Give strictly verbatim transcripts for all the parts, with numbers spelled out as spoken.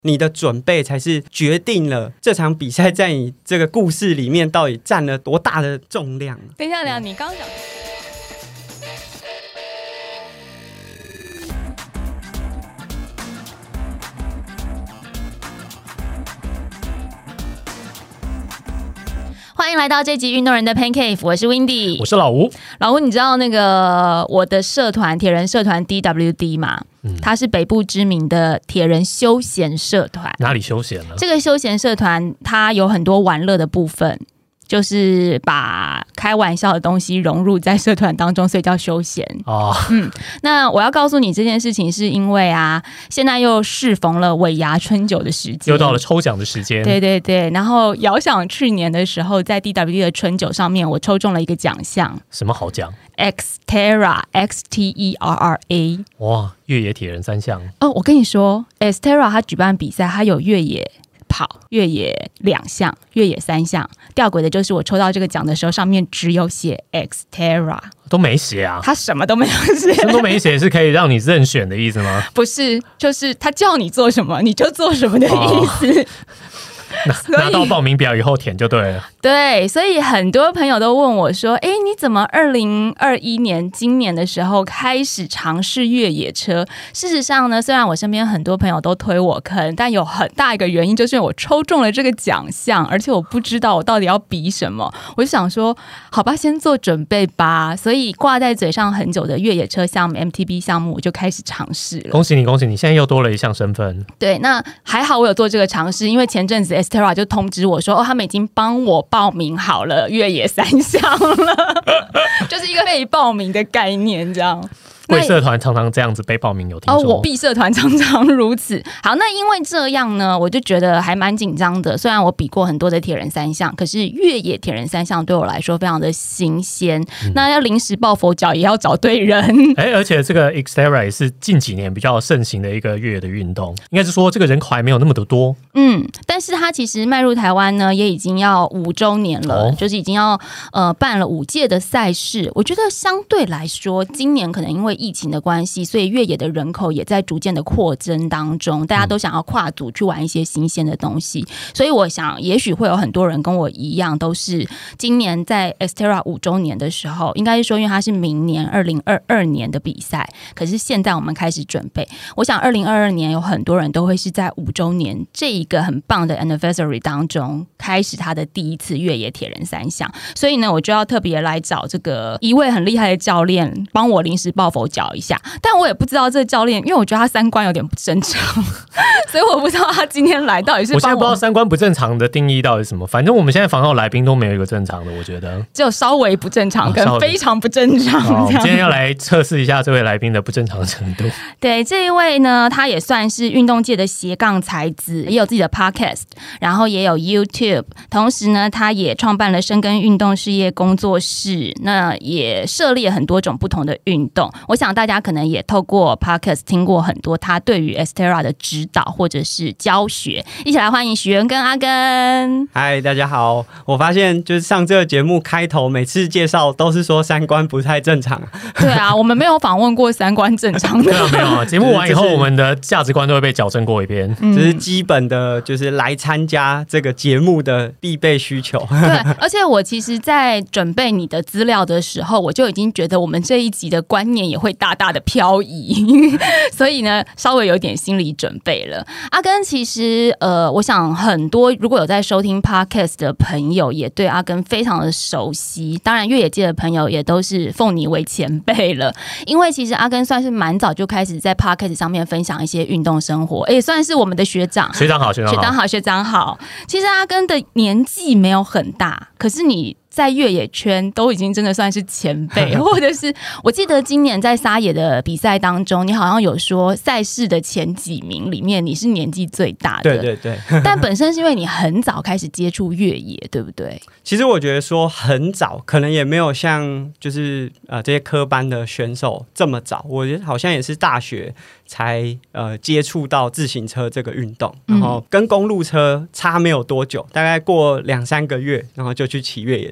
你的准备才是决定了这场比赛在你这个故事里面到底占了多大的重量。 等一下，等一下，你刚刚讲。欢迎来到这集运动人的 Pancake， 我是 Windy， 我是老吴。 老吴，你知道那个我的社团铁人社团 D W D 吗？嗯，它是北部知名的铁人休闲社团。 哪里休闲呢？ 这个休闲社团它有很多玩乐的部分，就是把开玩笑的东西融入在社团当中，所以叫休闲。哦，嗯，那我要告诉你这件事情，是因为啊，现在又适逢了尾牙春酒的时间， 又到了抽奖的时间。 对对对，然后遥想去年的时候，在 D W D 的春酒上面，我抽中了一个奖项。 什么好奖 ？Xterra X T E R R A。 哇，越野铁人三项。 哦，我跟你说 ，Xterra 它举办比赛，它有越野跑、越野两项、越野三项。吊诡的就是我抽到这个奖的时候，上面只有写 Xterra， 都没写啊， 他什么都没有写， 什么都没写是可以让你任选的意思吗？ 不是，就是他叫你做什么你就做什么的意思。哦拿, 拿到报名表以后填就对了。 对，所以很多朋友都问我说：“哎，你怎么二零二一年今年的时候开始尝试越野车？”事实上呢，虽然我身边很多朋友都推我坑，但有很大一个原因就是我抽中了这个奖项，而且我不知道我到底要比什么。我就想说，好吧，先做准备吧。所以挂在嘴上很久的越野车项目 M T B 项目，我就开始尝试了。 恭喜你，恭喜你！现在又多了一项身份。 对，那还好我有做这个尝试，因为前阵子 Xterra 就通知我说，哦，他们已经帮我报名好了越野三项了，就是一个被报名的概念，这样。 贵社团常常这样子被报名，有听说？ 哦，我 B 社团常常如此。好，那因为这样呢，我就觉得还蛮紧张的。虽然我比过很多的铁人三项，可是越野铁人三项对我来说非常的新鲜。嗯、那要临时抱佛脚，也要找对人。 哎，而且这个 Xterra 也是近几年比较盛行的一个越野的运动，应该是说这个人口还没有那么的多。 嗯，但是它其实迈入台湾呢，也已经要五周年了，哦、就是已经要呃办了五届的赛事。我觉得相对来说，今年可能因为疫情的关系，所以越野的人口也在逐渐的扩增当中，大家都想要跨组去玩一些新鲜的东西，所以我想也许会有很多人跟我一样，都是今年在 Xterra 五周年的时候，应该是说因为它是明年二零二二年的比赛，可是现在我们开始准备，我想二零二二年有很多人都会是在五周年这一个很棒的 anniversary 当中开始他的第一次越野铁人三项，所以呢我就要特别来找这个一位很厉害的教练帮我临时抱佛脚一下，但我也不知道这个教练，因为我觉得他三观有点不正常，所以我不知道他今天来到底是帮我。 我现在不知道三观不正常的定义到底是什么，反正我们现在访谈来宾都没有一个正常的，我觉得只有稍微不正常跟非常不正常。 哦、今天要来测试一下这位来宾的不正常程度。 对，这一位呢，他也算是运动界的斜杠才子，也有自己的 podcast， 然后也有 YouTube， 同时呢，他也创办了深耕运动事业工作室，那也涉猎很多种不同的运动。我想大家可能也透过 podcast 听过很多他对于 Xterra 的指导或者是教学，一起来欢迎许元跟阿根。 嗨，大家好！我发现就是上这个节目开头每次介绍都是说三观不太正常。 对啊，我们没有访问过三观正常的。 没有没有啊，节目完以后我们的价值观都会被矫正过一遍， 这、嗯、是基本的，就是来参加这个节目的必备需求。 对，而且我其实在准备你的资料的时候，我就已经觉得我们这一集的观念也会大大的漂移，所以呢，稍微有点心理准备了。阿根其实，呃，我想很多如果有在收听 podcast 的朋友，也对阿根非常的熟悉。当然，越野界的朋友也都是奉你为前辈了，因为其实阿根算是蛮早就开始在 podcast 上面分享一些运动生活，也算是我们的学长。 学长好，学长好， 学长好，学长好。其实阿根的年纪没有很大，可是你在越野圈都已经真的算是前辈，或者是我记得今年在撒野的比赛当中，你好像有说赛事的前几名里面你是年纪最大的， 对对对。 但本身是因为你很早开始接触越野，对不对？ 其实我觉得说很早，可能也没有像就是呃这些科班的选手这么早，我觉得好像也是大学才呃接触到自行车这个运动，然后跟公路车差没有多久，大概过两三个月，然后就去骑越野车。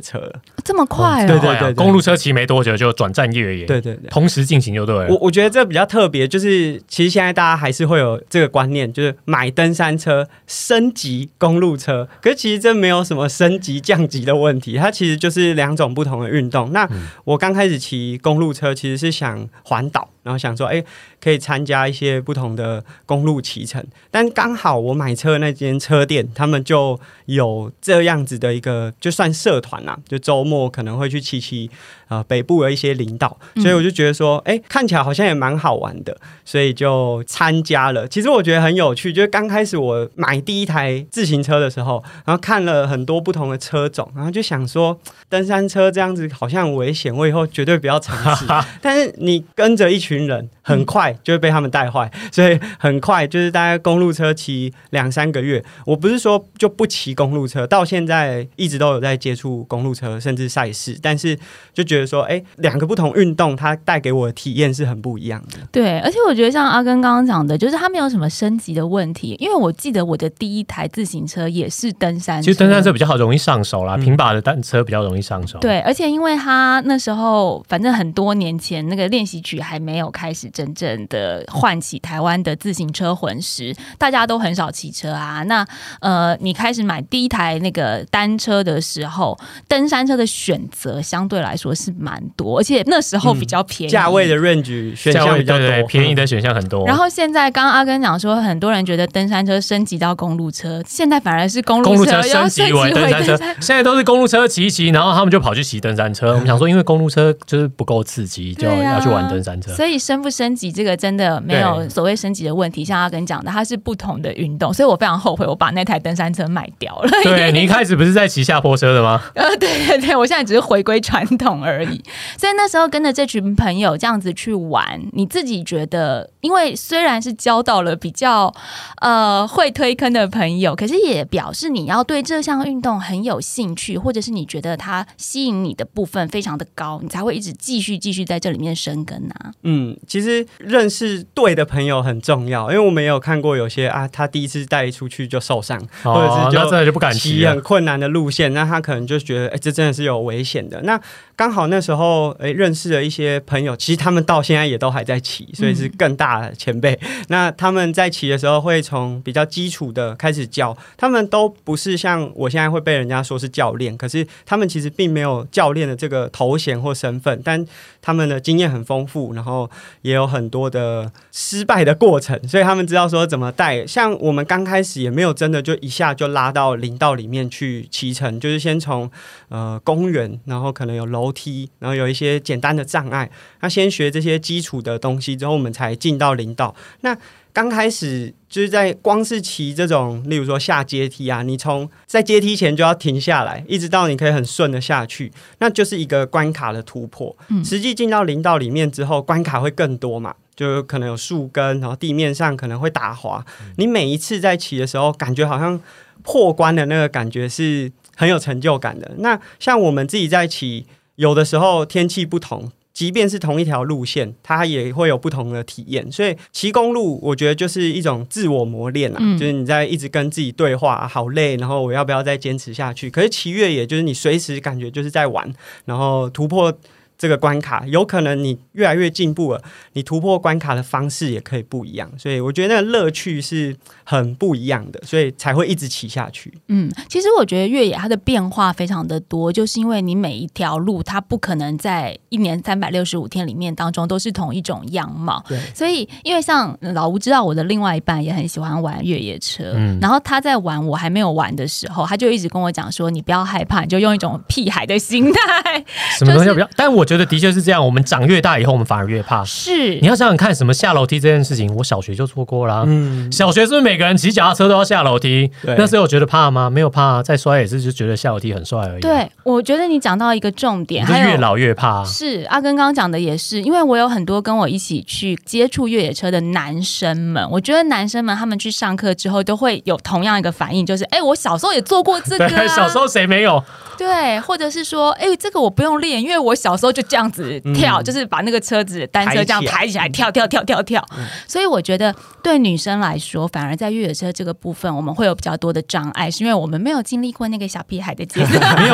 车了， 这么快哦？ 对对 对, 对， 公路车骑没多久就转战越野， 对对对， 同时进行就对了。 我我觉得这比较特别，就是其实现在大家还是会有这个观念，就是买登山车升级公路车，可是其实这没有什么升级降级的问题，它其实就是两种不同的运动。那我刚开始骑公路车，其实是想环岛，然后想说，哎，可以参加一些不同的公路骑乘，但刚好我买车那间车店，他们就有这样子的一个，就算社团啦，就周末可能会去骑骑呃北部的一些林道，所以我就觉得说，哎，看起来好像也蛮好玩的，所以就参加了。其实我觉得很有趣，就是刚开始我买第一台自行车的时候，然后看了很多不同的车种，然后就想说，登山车这样子好像很危险，我以后绝对不要尝试。但是你跟着一群人，很快就会被他们带坏，所以很快就是大概公路车骑两三个月。我不是说就不骑公路车，到现在一直都有在接触公路车，甚至赛事，但是就觉得说，哎，两个不同运动，它带给我的体验是很不一样的。 对，而且我觉得像阿根刚刚讲的，就是它没有什么升级的问题，因为我记得我的第一台自行车也是登山车， 其实登山车比较好，容易上手啦，嗯、平把的单车比较容易上手。 对，而且因为它那时候反正很多年前那个练习曲还没有开始真正的唤起台湾的自行车魂时，大家都很少骑车啊。那呃，你开始买第一台那个单车的时候，登山车的选择相对来说是蛮多，而且那时候比较便宜， 价、嗯、位的 range 选项比较多， 对对对，便宜的选项很多。 然后现在刚刚阿根讲说，很多人觉得登山车升级到公路车，现在反而是公路 车, 公路车升级为登山车，现在都是公路车骑一骑，然后他们就跑去骑登山车。我们想说，因为公路车就是不够刺激，就要去玩登山车。 所以升不升级这个真的没有所谓升级的问题。像阿根讲的，它是不同的运动，所以我非常后悔我把那台登山车卖掉了。 对，你一开始不是在骑下坡车的吗？ 呃，对对对，我现在只是回归传统而已。所以那时候跟着这群朋友这样子去玩，你自己觉得，因为虽然是交到了比较呃会推坑的朋友，可是也表示你要对这项运动很有兴趣，或者是你觉得它吸引你的部分非常的高，你才会一直继续继续在这里面生根啊。 嗯，其实认识对的朋友很重要，因为我们也有看过有些啊，他第一次带出去就受伤， 哦、 或者是就那真的就不敢骑很困难的路线，那他可能就觉得，哎，这真的是有危险的。那刚好那时候，哎，认识了一些朋友，其实他们到现在也都还在骑，所以是更大的前辈。嗯、那他们在骑的时候，会从比较基础的开始教，他们都不是像我现在会被人家说是教练，可是他们其实并没有教练的这个头衔或身份，但他们的经验很丰富，然后也有很多的失败的过程，所以他们知道说怎么带。像我们刚开始也没有真的就一下就拉到林道里面去骑乘，就是先从呃公园，然后可能有楼梯，然后有一些简单的障碍，那先学这些基础的东西之后，我们才进到林道。那刚开始就是在光是骑这种，例如说下阶梯啊，你从在阶梯前就要停下来，一直到你可以很顺的下去，那就是一个关卡的突破。嗯、实际进到林道里面之后，关卡会更多嘛，就可能有树根，然后地面上可能会打滑。嗯、你每一次在骑的时候，感觉好像破关的那个感觉是很有成就感的。那像我们自己在骑，有的时候天气不同，即便是同一条路线，它也会有不同的体验。所以骑公路我觉得就是一种自我磨练啊，嗯、就是你在一直跟自己对话，啊，好累，然后我要不要再坚持下去。可是骑越野就是你随时感觉就是在玩，然后突破这个关卡，有可能你越来越进步了，你突破关卡的方式也可以不一样，所以我觉得那个乐趣是很不一样的，所以才会一直骑下去。 嗯，其实我觉得越野它的变化非常的多，就是因为你每一条路它不可能在一年三百六十五天里面当中都是同一种样貌，对，所以因为像老吴知道我的另外一半也很喜欢玩越野车，嗯、然后他在玩我还没有玩的时候，他就一直跟我讲说，你不要害怕，你就用一种屁孩的心态， 什么东西不要，就是、但我觉得的确是这样，我们长越大以后，我们反而越怕。 是， 你要想想看，什么下楼梯这件事情，我小学就做过啦。嗯，小学是不是每个人骑脚踏车都要下楼梯？那时候有觉得怕吗？没有怕、啊，再摔也是就觉得下楼梯很帅而已。 对，我觉得你讲到一个重点， 就越老越怕。 是，阿根刚刚讲的也是，因为我有很多跟我一起去接触越野车的男生们，我觉得男生们他们去上课之后都会有同样一个反应，就是哎、欸，我小时候也做过这个、啊， 对，小时候谁没有？ 对，或者是说，哎、欸，这个我不用练，因为我小时候就这样子跳，嗯、就是把那个车子单车这样抬起来，跳跳跳跳跳。嗯、所以我觉得对女生来说，反而在越野车这个部分，我们会有比较多的障碍，是因为我们没有经历过那个小屁孩的阶段。 没有，因为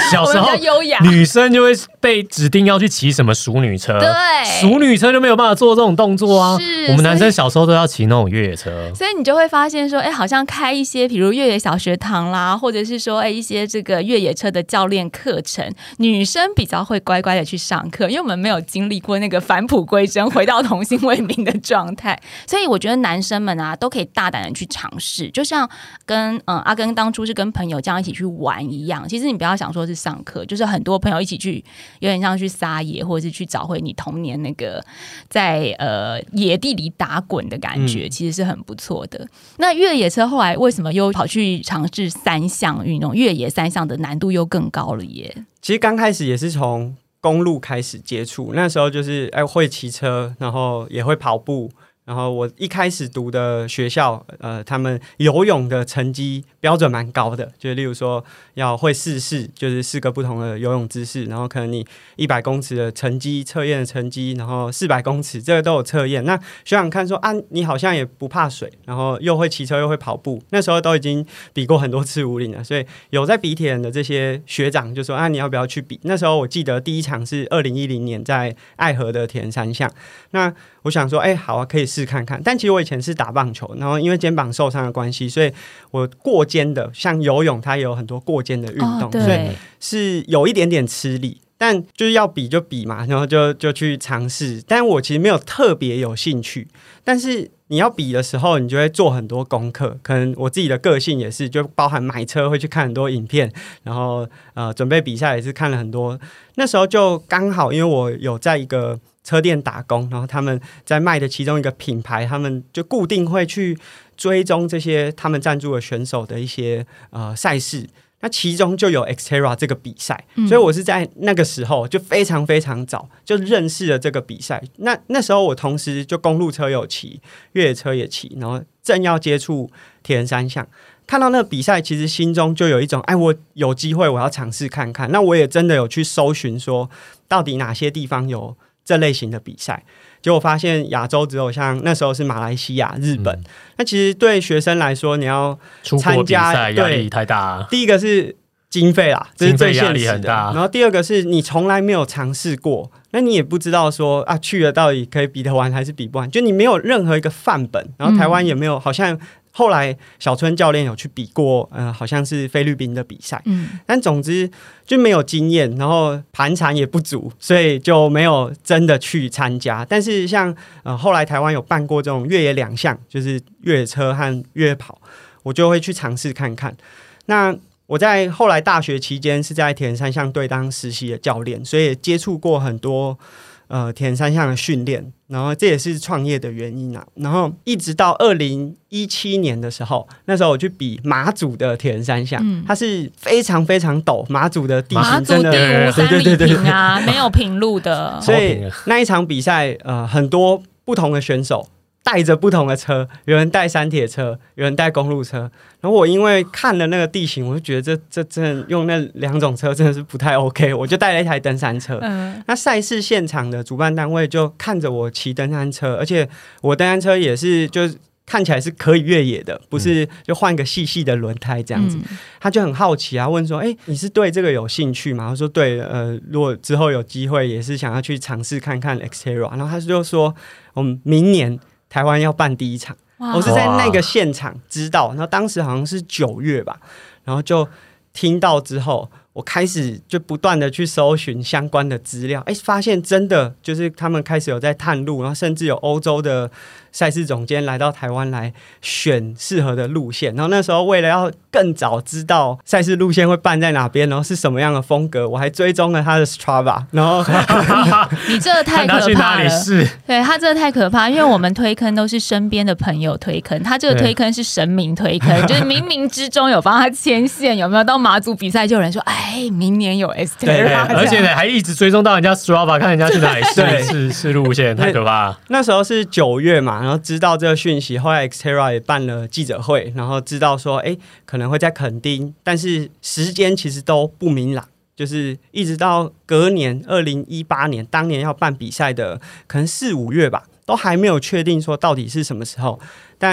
小时候女生就会被指定要去骑什么淑女车， 对， 淑女车就没有办法做这种动作啊。我们男生小时候都要骑那种越野车， 所以你就会发现说，哎、欸，好像开一些比如越野小学堂啦，或者是说，哎、欸，一些这个越野车的教练课程，女生比较会乖乖的去上课，因为我们没有经历过那个返璞归真、回到童心未泯的状态，所以我觉得男生们啊，都可以大胆的去尝试，就像跟嗯阿根当初是跟朋友这样一起去玩一样。其实你不要想说是上课，就是很多朋友一起去，有点像去撒野，或者是去找回你童年那个在呃野地里打滚的感觉，其实是很不错的。嗯、那越野车后来为什么又跑去尝试三项运动？越野三项的难度又更高了耶。 其实刚开始也是从公路开始接触，那时候就是哎会骑车，然后也会跑步。然后我一开始读的学校，呃，他们游泳的成绩标准蛮高的，就例如说要会四式，就是四个不同的游泳姿势，然后可能你一百公尺的成绩测验的成绩，然后四百公尺这个都有测验。那学长看说啊，你好像也不怕水，然后又会骑车又会跑步，那时候都已经比过很多次武岭了，所以有在比铁人的这些学长就说啊，你要不要去比？那时候我记得第一场是二零一零年在爱河的铁人三项，那我想说，哎、欸，好啊，可以试看看。但其实我以前是打棒球，然后因为肩膀受伤的关系，所以我过肩的，像游泳，它也有很多过肩的运动， 哦、 所以是有一点点吃力。但就是要比就比嘛，然后就就去尝试。但我其实没有特别有兴趣，但是你要比的时候，你就会做很多功课。可能我自己的个性也是，就包含买车会去看很多影片，然后呃准备比赛也是看了很多。那时候就刚好，因为我有在一个车店打工，然后他们在卖的其中一个品牌，他们就固定会去追踪这些他们赞助的选手的一些呃赛事。那其中就有 Xterra 这个比赛，所以我是在那个时候就非常非常早就认识了这个比赛。那那时候我同时就公路车有骑，越野车也骑，然后正要接触铁人三项。看到那个比赛，其实心中就有一种，哎，我有机会我要尝试看看。那我也真的有去搜寻说，到底哪些地方有这类型的比赛。结果发现亚洲只有像那时候是马来西亚、日本。嗯、那其实对学生来说，你要参加， 出国比赛压力太大、啊。 第一个是经费啦，这是最现实的。 然后第二个是你从来没有尝试过，那你也不知道说啊去了到底可以比得完还是比不完，就你没有任何一个范本。然后台湾也没有，好像后来小春教练有去比过，呃，好像是菲律宾的比赛。嗯，但总之就没有经验，然后盘缠也不足，所以就没有真的去参加。但是像呃后来台湾有办过这种越野两项，就是越野车和越野跑，我就会去尝试看看。那我在后来大学期间是在铁人三项队当实习的教练，所以也接触过很多呃铁人三项的训练，然后这也是创业的原因啊。然后一直到二零一七年的时候，那时候我去比马祖的铁人三项，嗯、它是非常非常陡，马祖的地形真的马祖地无三里平啊，没有平路的， 所以那一场比赛呃很多不同的选手。带着不同的车，有人带山铁车，有人带公路车。然后我因为看了那个地形，我就觉得这这真的用那两种车真的是不太 OK， 我就带了一台登山车。嗯、那赛事现场的主办单位就看着我骑登山车，而且我登山车也是就是看起来是可以越野的，不是就换个细细的轮胎这样子。嗯、他就很好奇啊，问说：“哎、欸，你是对这个有兴趣吗？”我说：“对，呃，如果之后有机会，也是想要去尝试看看 Xterra。”然后他就说：“我们明年。”台湾要办第一场，我是在那个现场知道，然后当时好像是九月吧，然后就听到之后，我开始就不断的去搜寻相关的资料，哎，发现真的就是他们开始有在探路，然后甚至有欧洲的赛事总监来到台湾来选适合的路线，然后那时候为了要更早知道赛事路线会办在哪边，然后是什么样的风格，我还追踪了他的 Strava， 然后你这个太可怕了，对他这个太可怕，因为我们推坑都是身边的朋友推坑，他这个推坑是神明推坑，就是冥冥之中有帮他牵线，有没有？到马祖比赛就有人说，哎，明年有 Xterra， 而且呢还一直追踪到人家 Strava， 看人家去哪里试试试路线，太可怕了。 那时候是九月嘛，然后知道这个讯息，后来 Xterra 也办了记者会，然后知道说，哎，可能会在垦丁，但是时间其实都不明朗，就是一直到隔年二零一八年，当年要办比赛的，可能四五月吧，都还没有确定说到底是什么时候。但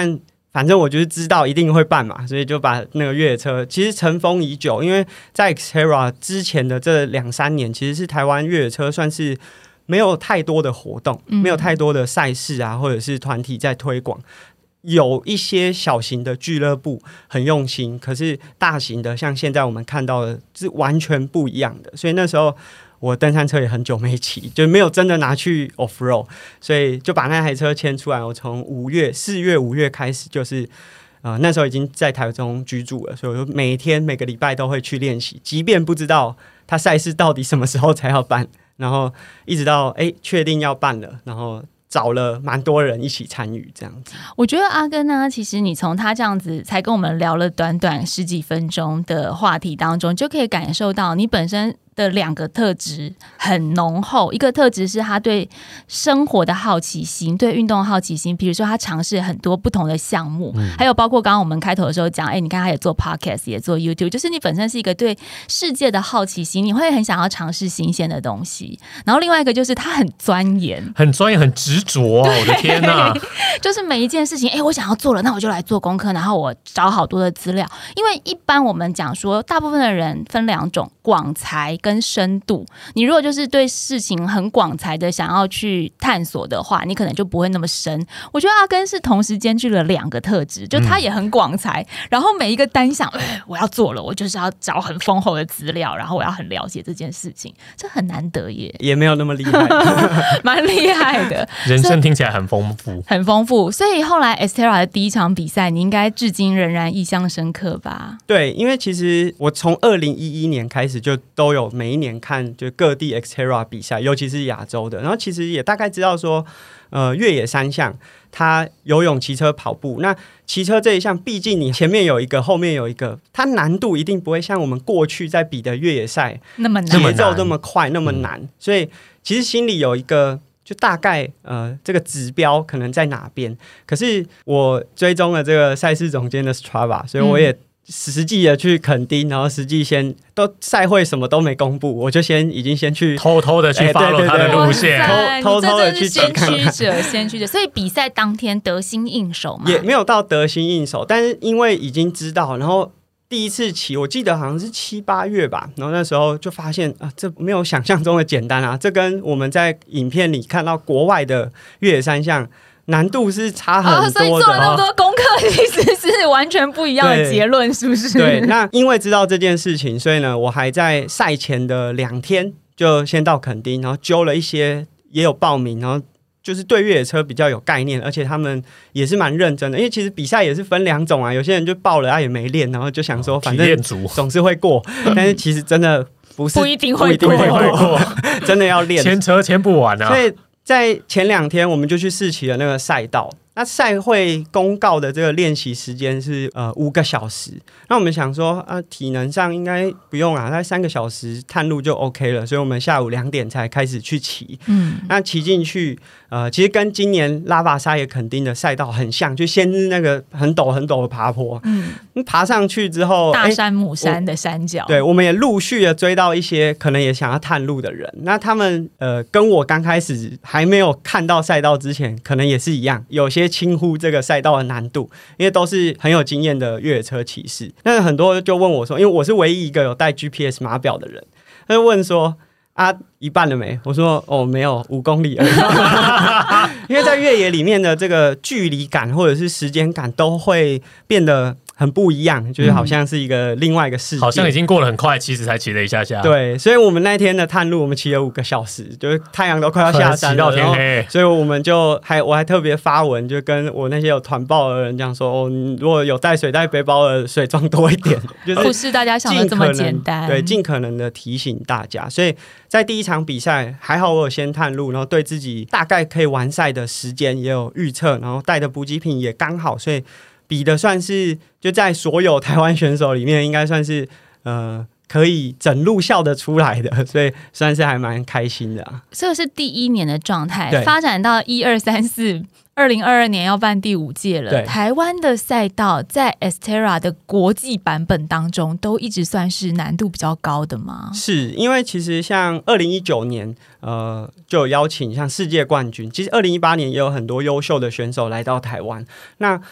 反正我就是知道一定会办嘛，所以就把那个越野车其实尘封已久，因为在 Xterra 之前的这两三年，其实是台湾越野车算是没有太多的活动，没有太多的赛事啊，或者是团体在推广。有一些小型的俱乐部很用心，可是大型的像现在我们看到的是完全不一样的，所以那时候我登山车也很久没骑，就没有真的拿去 off road， 所以就把那台车牵出来。我从五月四月五月开始，就是呃那时候已经在台中居住了，所以我就每天每个礼拜都会去练习，即便不知道他赛事到底什么时候才要办，然后一直到哎确定要办了，然后找了蛮多人一起参与这样子。 我觉得阿根呢，其实你从他这样子才跟我们聊了短短十几分钟的话题当中，就可以感受到你本身的两个特质很浓厚。一个特质是他对生活的好奇心，对运动的好奇心，比如说他尝试很多不同的项目、嗯、还有包括刚刚我们开头的时候讲，哎，你看他也做 podcast 也做 YouTube， 就是你本身是一个对世界的好奇心，你会很想要尝试新鲜的东西。然后另外一个就是他很钻研， 很钻研很执着啊，我的天哪， 就是每一件事情，哎，我想要做了，那我就来做功课，然后我找好多的资料。因为一般我们讲说大部分的人分两种，广才跟深度。你如果就是对事情很广才的想要去探索的话，你可能就不会那么深。我觉得阿根是同时兼具了两个特质，就他也很广才、嗯、然后每一个单项、哎、我要做了，我就是要找很丰厚的资料，然后我要很了解这件事情，这很难得耶。 也没有那么厉害蛮厉害的， 人生听起来很丰富很丰富。所以后来 Xterra 的第一场比赛你应该至今仍然印象深刻吧？ 对，因为其实我从二零一一年开始就都有每一年看就各地 Xterra 比赛，尤其是亚洲的，然后其实也大概知道说呃，越野三项它游泳、骑车、跑步，那骑车这一项毕竟你前面有一个后面有一个，它难度一定不会像我们过去在比的越野赛那么难， 节奏那么快那么难、嗯、所以其实心里有一个就大概呃这个指标可能在哪边。可是我追踪了这个赛事总监的 Strava， 所以我也、嗯实际的去垦丁，然后实际先都赛会什么都没公布，我就先已经先去偷偷的去 follow 他的路线， 偷偷的去先驱者，先驱者。所以比赛当天得心应手嘛， 也没有到得心应手，但是因为已经知道，然后第一次骑，我记得好像是七八月吧，然后那时候就发现啊，这没有想象中的简单啊，这跟我们在影片里看到国外的越野三项难度是差很多的、哦、 所以做了那么多功课其实是完全不一样的结论，是不是？ 对，那因为知道这件事情，所以呢我还在赛前的两天就先到垦丁，然后揪了一些也有报名，然后就是对越野车比较有概念，而且他们也是蛮认真的，因为其实比赛也是分两种啊，有些人就报了他也没练，然后就想说反正总是会过，但是其实真的不是不一定会过， 真的要练， 牵车牵不完啊。 所以在前两天我们就去试骑了那个赛道，那赛会公告的这个练习时间是呃五个小时，那我们想说啊体能上应该不用啊，大概三个小时探路就 OK 了，所以我们下午两点才开始去骑。嗯，那骑进去呃其实跟今年拉法沙耶垦丁的赛道很像，就先是那个很陡很陡的爬坡，嗯，爬上去之后大山母山的山脚， 对，我们也陆续的追到一些可能也想要探路的人，那他们呃跟我刚开始还没有看到赛道之前可能也是一样，有些轻忽这个赛道的难度，因为都是很有经验的越野车骑士。那很多就问我说，因为我是唯一一个有带 G P S 码表的人，他就问说啊一半了没？我说哦没有，五公里而已因为在越野里面的这个距离感或者是时间感都会变得很不一样，就是好像是一个另外一个世界、嗯、 好像已经过了很快，其实才骑了一下下。 对，所以我们那天的探路我们骑了五个小时，就是太阳都快要下山了，骑到天黑，所以我们就还我还特别发文，就跟我那些有团报的人讲说，哦，你如果有带水袋背包的水装多一点，就是不是大家想的这么简单， 对，尽可能的提醒大家。所以在第一场比赛还好我有先探路，然后对自己大概可以完赛的时间也有预测，然后带的补给品也刚好，所以比的算是就在所有台湾选手里面应该算是呃可以整路笑得出来的，所以算是还蛮开心的啊。 这个是第一年的状态，发展到一二三四，二零二二年要办第五届了。台湾的赛道在 Xterra 的国际版本当中都一直算是难度比较高的吗？ 是因为其实像二零一九年呃就有邀请像世界冠军，其实二零一八年也有很多优秀的选手来到台湾。那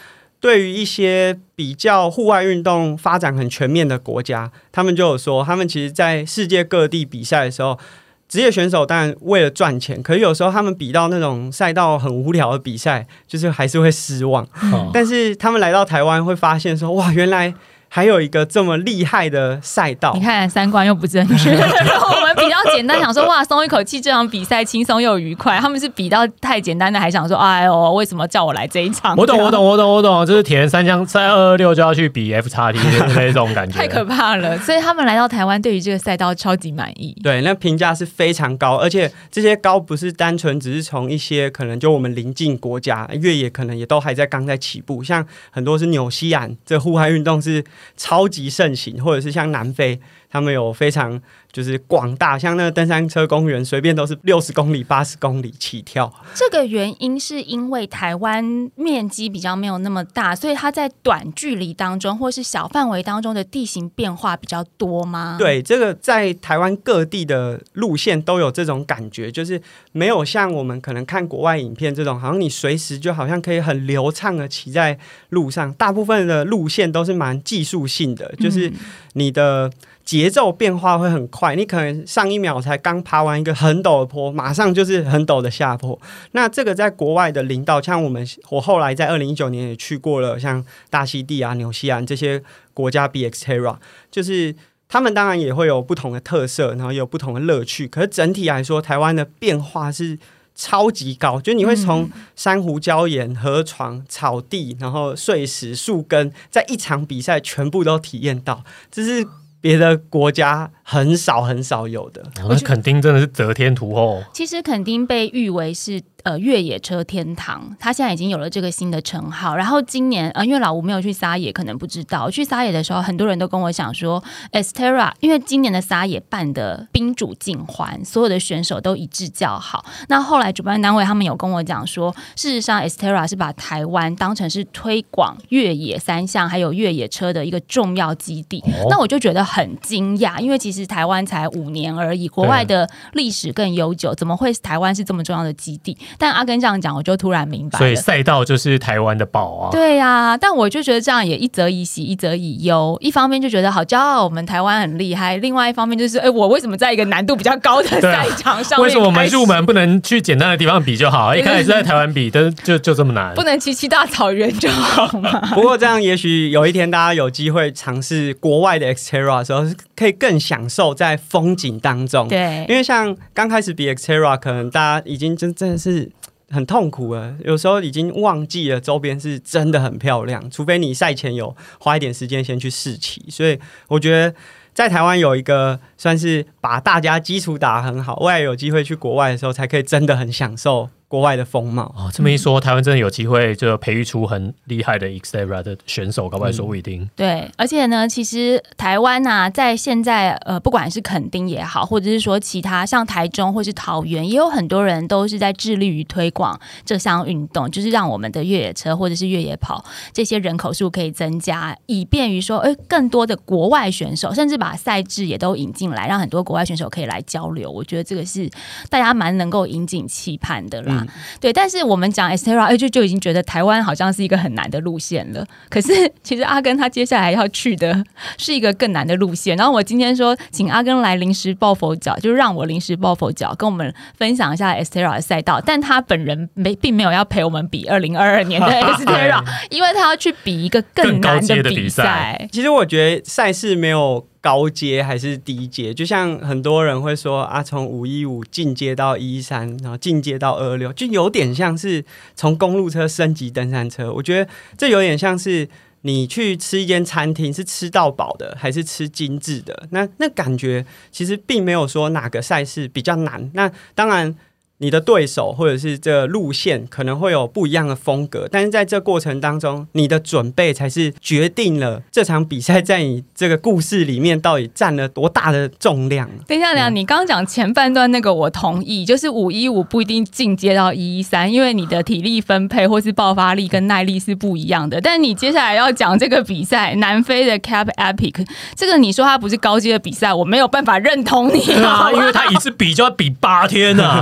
对于一些比较户外运动发展很全面的国家，他们就有说，他们其实在世界各地比赛的时候，职业选手当然为了赚钱，可是有时候他们比到那种赛道很无聊的比赛，就是还是会失望、嗯、但是他们来到台湾会发现说，哇，原来还有一个这么厉害的赛道。 你看三观又不正确我们比较简单想说，哇，松一口气，这场比赛轻松又愉快。他们是比到太简单的还想说，哎呦，为什么叫我来这一场？ 我懂我懂我懂我懂，就是铁人三项赛二二六就要去比 F X T 的那种感觉太可怕了。所以他们来到台湾对于这个赛道超级满意。 对，那评价是非常高，而且这些高不是单纯只是从一些可能就我们邻近国家越野可能也都还在刚在起步，像很多是纽西兰这户外运动是超级盛行，或者是像南非他们有非常就是广大，像那个登山车公园随便都是六十公里八十公里起跳。 这个原因是因为台湾面积比较没有那么大，所以它在短距离当中或是小范围当中的地形变化比较多吗？ 对，这个在台湾各地的路线都有这种感觉，就是没有像我们可能看国外影片这种好像你随时就好像可以很流畅的骑在路上，大部分的路线都是蛮技术性的，就是你的节奏变化会很快，你可能上一秒才刚爬完一个很陡的坡，马上就是很陡的下坡。那这个在国外的林道，像我们我后来在二零一九年也去过了，像大溪地啊、纽西兰这些国家比 Xterra， 就是他们当然也会有不同的特色，然后也有不同的乐趣。可是整体来说，台湾的变化是超级高，就你会从珊瑚礁岩、河床、草地，然后碎石、树根，在一场比赛全部都体验到，这是别的国家很少很少有的。 哦、那垦丁真的是得天独厚。 其实垦丁被誉为是呃越野车天堂，它现在已经有了这个新的称号。然后今年呃因为老吴没有去撒野，可能不知道，去撒野的时候，很多人都跟我讲说 Xterra， 因为今年的撒野办的宾主尽欢，所有的选手都一致叫好。那后来主办单位他们有跟我讲说，事实上 Xterra 是把台湾当成是推广越野三项还有越野车的一个重要基地。哦、那我就觉得很惊讶，因为其实台湾才五年而已，国外的历史更悠久，怎么会台湾是这么重要的基地？但阿根这样讲，我就突然明白了。 所以赛道就是台湾的宝啊。 对啊，但我就觉得这样也一则以喜，一则以忧。一方面就觉得好骄傲，我们台湾很厉害；另外一方面就是，哎，我为什么在一个难度比较高的赛场上面、啊？ 为什么我们入门不能去简单的地方比就好？一开始在台湾比，但是就就这么难， 不能骑骑大草原就好吗？ 不过这样，也许有一天大家有机会尝试国外的 Xterra 的时候，可以更享受在风景当中。 对， 因为像刚开始比 Xterra， 可能大家已经真真的是很痛苦了，有时候已经忘记了周边是真的很漂亮，除非你赛前有花一点时间先去试骑。所以我觉得在台湾有一个算是把大家基础打得很好，未来有机会去国外的时候，才可以真的很享受国外的风貌。 哦，这么一说，台湾真的有机会就培育出很厉害的 Xterra 的选手，搞不好说不一定、嗯。 对，而且呢，其实台湾啊，在现在呃，不管是垦丁也好，或者是说其他像台中或是桃园，也有很多人都是在致力于推广这项运动，就是让我们的越野车或者是越野跑这些人口数可以增加，以便于说，哎，更多的国外选手，甚至把赛制也都引进来，让很多国外选手可以来交流。我觉得这个是大家蛮能够引颈期盼的啦。嗯对，但是我们讲 Xterra 就就已经觉得台湾好像是一个很难的路线了。可是其实阿根他接下来要去的是一个更难的路线。然后我今天说请阿根来临时抱佛脚，就让我临时抱佛脚，跟我们分享一下 Xterra 的赛道。但他本人没并没有要陪我们比二零二二年的 Xterra， 因为他要去比一个更难的比赛。 其实我觉得赛事没有高阶还是低阶，就像很多人会说啊，从五一五进阶到一一三，然后进阶到二二六，就有点像是从公路车升级登山车。我觉得这有点像是你去吃一间餐厅，是吃到饱的还是吃精致的，那那感觉其实并没有说哪个赛事比较难。那当然你的对手或者是这个路线可能会有不一样的风格，但是在这过程当中，你的准备才是决定了这场比赛在你这个故事里面到底占了多大的重量。 等一下，等一下，你刚刚讲前半段那个我同意，就是五一五不一定进阶到一一三，因为你的体力分配或是爆发力跟耐力是不一样的。但你接下来要讲这个比赛，南非的 Cap Epic， 这个你说它不是高阶的比赛，我没有办法认同你啊， 因为它一次比就要比八天啊。 我少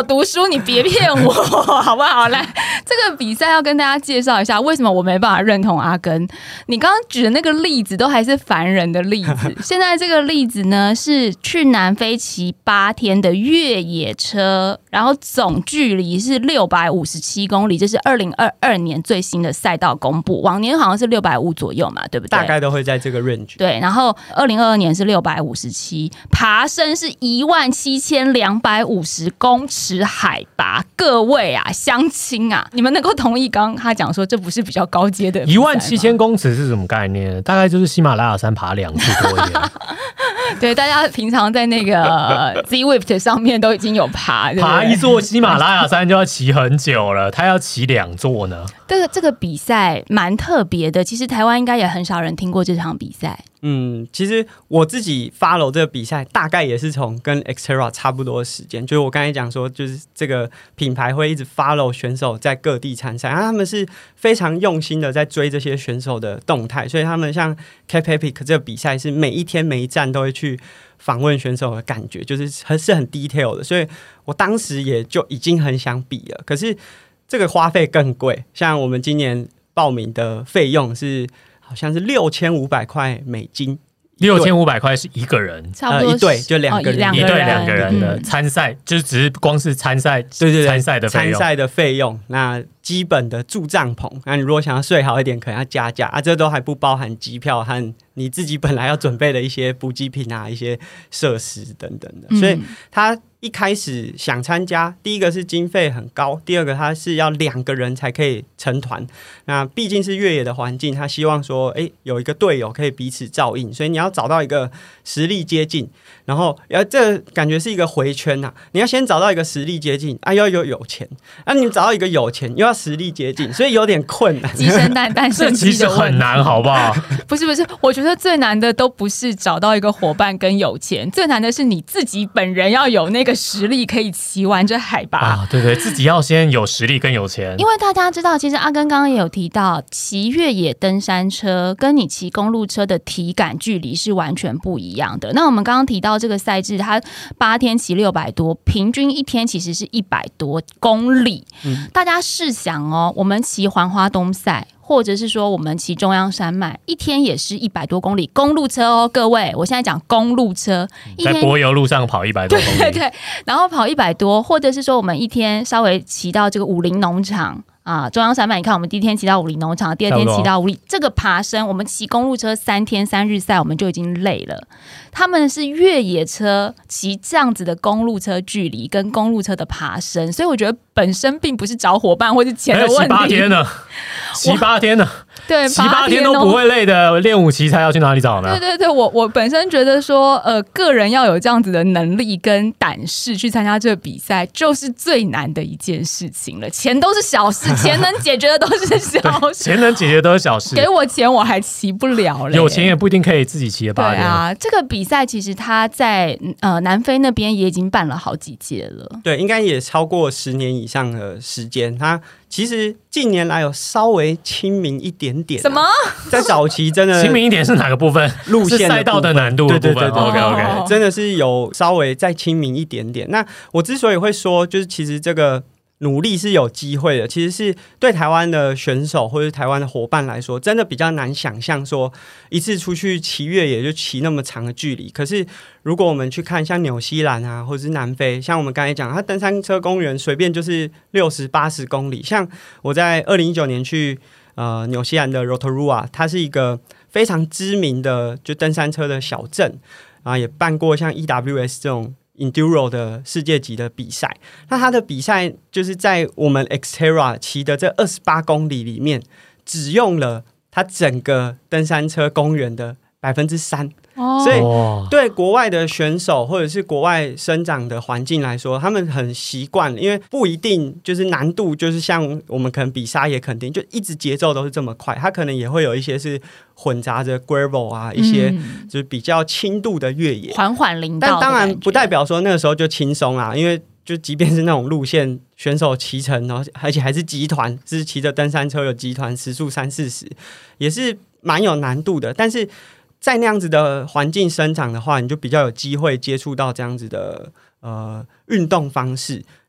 读书，你别骗我，好不好？来，这个比赛要跟大家介绍一下，为什么我没办法认同阿根。你刚刚举的那个例子都还是凡人的例子，现在这个例子呢是去南非骑八天的越野车，然后总距离是六百五十七公里，这是二零二二年最新的赛道公布，往年好像是六百五左右嘛，对不对？ 大概都会在这个 range。 对，然后二零二二年是六百五十七，爬升是一万七千两百五十公尺海拔。各位啊，乡亲啊，你们能够同意刚刚他讲说这不是比较高阶的？ 一万七千公尺是什么概念？大概就是喜马拉雅山爬两次多一点。 对，大家平常在那个、呃、Zwift 上面都已经有爬，对对爬一座喜马拉雅山就要骑很久了，他要骑两座呢。 这个这个比赛蛮特别的，其实台湾应该也很少人听过这场比赛。 嗯，其实我自己 follow 这个比赛，大概也是从跟 Xterra 差不多的时间，就是我刚才讲说，就是这个品牌会一直 follow 选手在各地参赛，然后他们是非常用心的在追这些选手的动态，所以他们像 Cape Epic 这个比赛是每一天每一站都会去访问选手的感觉，就是很是很 detail 的，所以我当时也就已经很想比了，可是这个花费更贵，像我们今年报名的费用是好像是六千五百块美金， 六千五百块是一个人， 差不多、 呃、一队就两个人， 哦、 一队两个人的参赛、嗯，就是只是光是参赛， 对对对， 参赛的费用， 参赛的费用，那基本的住帐篷，那你如果想要睡好一点，可能要加价啊，这都还不包含机票和你自己本来要准备的一些补给品啊，一些设施等等的， 嗯、 所以他一开始想参加，第一个是经费很高，第二个他是要两个人才可以成团。那毕竟是越野的环境，他希望说，哎，有一个队友可以彼此照应，所以你要找到一个实力接近，然后要这感觉是一个回圈呐、啊。你要先找到一个实力接近，啊，要有有钱，啊，你找到一个有钱，又要实力接近，所以有点困难。 鸡生蛋，蛋生鸡， 这其实很难，好不好？ 不是不是，我觉得最难的都不是找到一个伙伴跟有钱，最难的是你自己本人要有那个实力可以骑完这海拔啊！对对，自己要先有实力跟有钱。 因为大家知道，其实阿根刚刚也有提到，骑越野登山车跟你骑公路车的体感距离是完全不一样的。那我们刚刚提到这个赛制，它八天骑六百多，平均一天其实是一百多公里。嗯、大家试想哦，我们骑环花东赛。或者是说我们骑中央山脉，一天也是一百多公里，公路车哦，各位，我现在讲公路车， 在柏油路上跑一百多公里， 对对对，然后跑一百多，或者是说我们一天稍微骑到这个武陵农场啊，中央山脉，你看我们第一天骑到武陵农场，第二天骑到武陵，这个爬升，我们骑公路车三天三日赛，我们就已经累了。他们是越野车骑这样子的公路车距离跟公路车的爬升，所以我觉得本身并不是找伙伴或是钱的问题。 骑八天呢，骑八天呢， 对， 骑八天都不会累的，练武奇才要去哪里找呢？ 对对对，我我本身觉得说，呃，个人要有这样子的能力跟胆识去参加这个比赛，就是最难的一件事情了。钱都是小事，钱能解决的都是小事， 钱能解决都是小事。 给我钱我还骑不了嘞， 有钱也不一定可以自己骑的八天。 对啊，这个比赛其实他在呃南非那边也已经办了好几届了， 对，应该也超过十年以上的时间。他其实近年来有稍微亲民一点点、啊。 什么？ 在早期真的亲民一点是哪个部分？ 路线的部分是赛道的难度的部分。 对对对对 ，OK OK， 真的是有稍微再亲民一点点。那我之所以会说，就是其实这个。努力是有机会的，其实是对台湾的选手或者台湾的伙伴来说，真的比较难想象说一次出去骑越野就骑那么长的距离。可是如果我们去看像纽西兰啊，或者是南非，像我们刚才讲，它登山车公园随便就是六十八十公里。像我在二零一九年去呃纽西兰的 Rotorua， 它是一个非常知名的就登山车的小镇啊，也办过像 E W S 这种。Enduro 的世界级的比赛，那他的比赛就是在我们 Xterra 骑的这二十八公里里面，只用了他整个登山车公园的百分之三。所以对国外的选手或者是国外生长的环境来说，他们很习惯，因为不一定就是难度就是像我们可能比沙野肯定就一直节奏都是这么快，他可能也会有一些是混杂着 gravel 啊，一些就是比较轻度的越野， 缓缓林道。 但当然不代表说那个时候就轻松啊，因为就即便是那种路线选手骑乘，然后而且还是集团，是骑着登山车有集团时速三四十，也是蛮有难度的，但是。在那样子的环境生长的话，你就比较有机会接触到这样子的呃运动方式。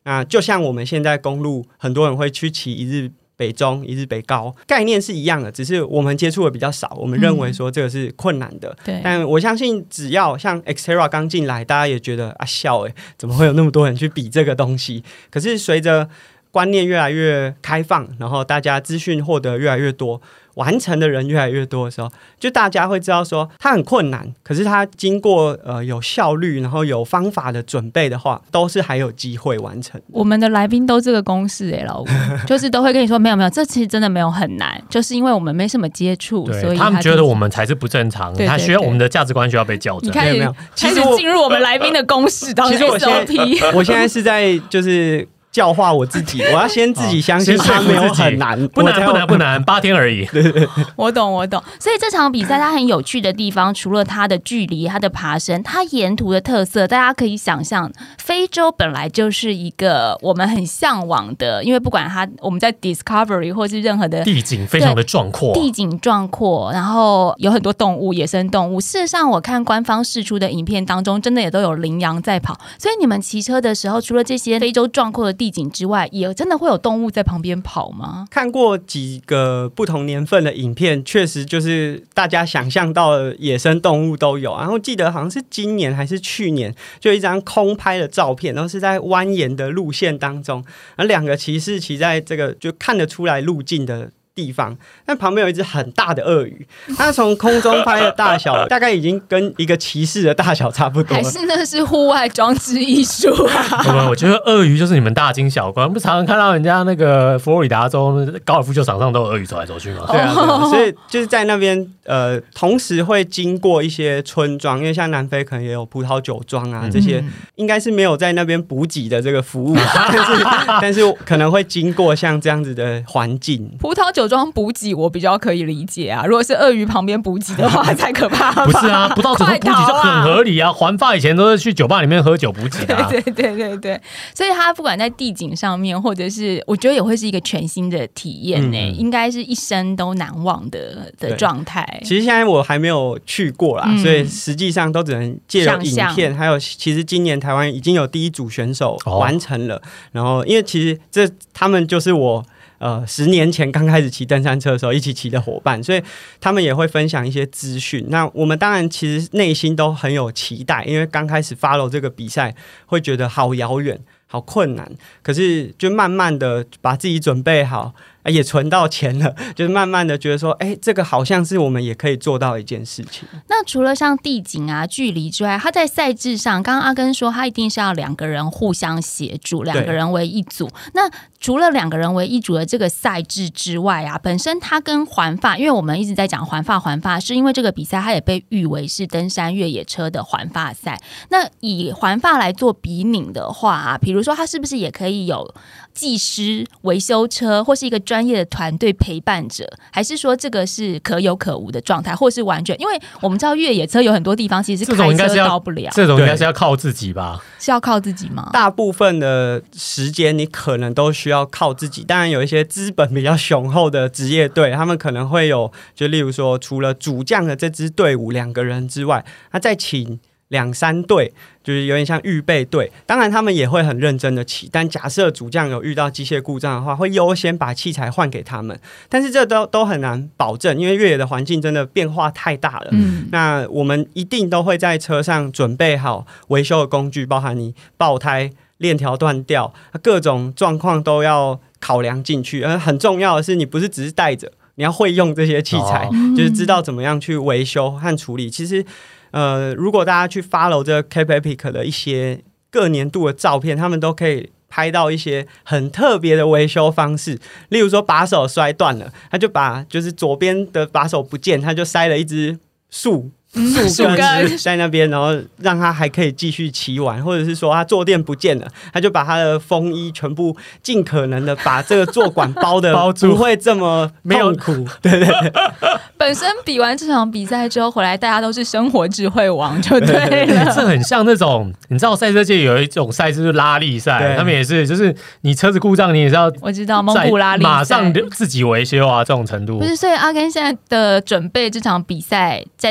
那就像我们现在公路，很多人会去骑一日北中一日北高，概念是一样的，只是我们接触的比较少，我们认为说这个是困难的。 嗯、 但我相信只要像 Xterra 刚进来，大家也觉得啊笑哎、欸，怎么会有那么多人去比这个东西？可是随着观念越来越开放，然后大家资讯获得越来越多，完成的人越来越多的时候，就大家会知道说它很困难，可是它经过呃有效率，然后有方法的准备的话，都是还有机会完成。 我们的来宾都这个公式哎、欸，老吴就是都会跟你说没有没有，这其实真的没有很难，就是因为我们没什么接触，所以他们觉得我们才是不正常，对对对，他需要我们的价值观需要被校正。 你开始没有， 开始进入我们来宾的公式当 S O P。 其实我现在我现在是在就是教化我自己，我要先自己相信它没有很难， 不难不难不难，八天而已。对对对， 我懂我懂。所以这场比赛它很有趣的地方，除了它的距离、它的爬升、它沿途的特色，大家可以想象，非洲本来就是一个我们很向往的，因为不管它我们在 Discovery 或是任何的地景非常的壮阔， 地景壮阔，然后有很多动物，野生动物。事实上，我看官方释出的影片当中，真的也都有羚羊在跑。所以你们骑车的时候，除了这些非洲壮阔的地景之外，也真的会有动物在旁边跑吗？ 看过几个不同年份的影片，确实就是大家想象到的野生动物都有。然后记得好像是今年还是去年，就一张空拍的照片，然后是在蜿蜒的路线当中，然后两个骑士骑在这个就看得出来路径的地方，但旁边有一只很大的鳄鱼，它从空中拍的大小大概已经跟一个骑士的大小差不多了， 还是那是户外装置艺术啊？ 我觉得鳄鱼就是你们大惊小怪，不常常看到人家那个佛罗里达州高尔夫球场上都有鳄鱼走来走去吗？ 对啊，对啊，所以就是在那边呃，同时会经过一些村庄，因为像南非可能也有葡萄酒庄啊，这些应该是没有在那边补给的这个服务，但是但是可能会经过像这样子的环境。 葡萄酒庄补给我比较可以理解啊，如果是鳄鱼旁边补给的话太可怕了。 不是啊，葡萄酒庄补给就很合理啊，环法以前都是去酒吧里面喝酒补给的、啊。 对对对对对，所以它不管在地景上面，或者是我觉得也会是一个全新的体验呢、欸嗯，应该是一生都难忘的的状态。 其实现在我还没有去过啦、嗯，所以实际上都只能借由影片，还有其实今年台湾已经有第一组选手完成了，哦、然后因为其实这他们就是我。呃，十年前刚开始骑登山车的时候，一起骑的伙伴，所以他们也会分享一些资讯。那我们当然其实内心都很有期待，因为刚开始 follow 这个比赛，会觉得好遥远、好困难。可是就慢慢的把自己准备好，也存到钱了，就是慢慢的觉得说，哎、欸，这个好像是我们也可以做到一件事情。 那除了像地景啊、距离之外，他在赛制上，刚刚阿根说他一定是要两个人互相协助，两个人为一组。那除了两个人为一组的这个赛制之外啊，本身它跟环法，因为我们一直在讲环法，环法是因为这个比赛它也被誉为是登山越野车的环法赛。那以环法来做比拟的话啊，比如说它是不是也可以有技师、维修车，或是一个专业的团队陪伴者，还是说这个是可有可无的状态，或是完全？因为我们知道越野车有很多地方其实是开车到不了， 这种应该是要靠自己吧？ 是要靠自己吗？ 大部分的时间你可能都需要靠自己，当然有一些资本比较雄厚的职业队，他们可能会有，就例如说，除了主将的这支队伍两个人之外，他再请两三队，就是有点像预备队。当然他们也会很认真的骑，但假设主将有遇到机械故障的话，会优先把器材换给他们。但是这都都很难保证，因为越野的环境真的变化太大了。嗯，那我们一定都会在车上准备好维修的工具，包含你爆胎、链条断掉，各种状况都要考量进去。而很重要的是，你不是只是带着，你要会用这些器材，哦、就是知道怎么样去维修和处理。其实。呃，如果大家去 follow 这个 Cape Epic 的一些各年度的照片，他们都可以拍到一些很特别的维修方式。例如说把手摔断了，他就把就是左边的把手不见，他就塞了一支树树根在那边，然后让他还可以继续骑完，或者是说他坐垫不见了，他就把他的风衣全部尽可能的把这个坐管包的不会这么痛苦。对对对， 本身比完这场比赛之后回来，大家都是生活智慧王，就对了。 这很像那种，你知道赛车界有一种赛事是拉力赛，他们也是，就是你车子故障，你也是要我知道蒙古拉力赛， 马上自己维修啊，这种程度。 不是，所以阿根现在的准备这场比赛，在这段期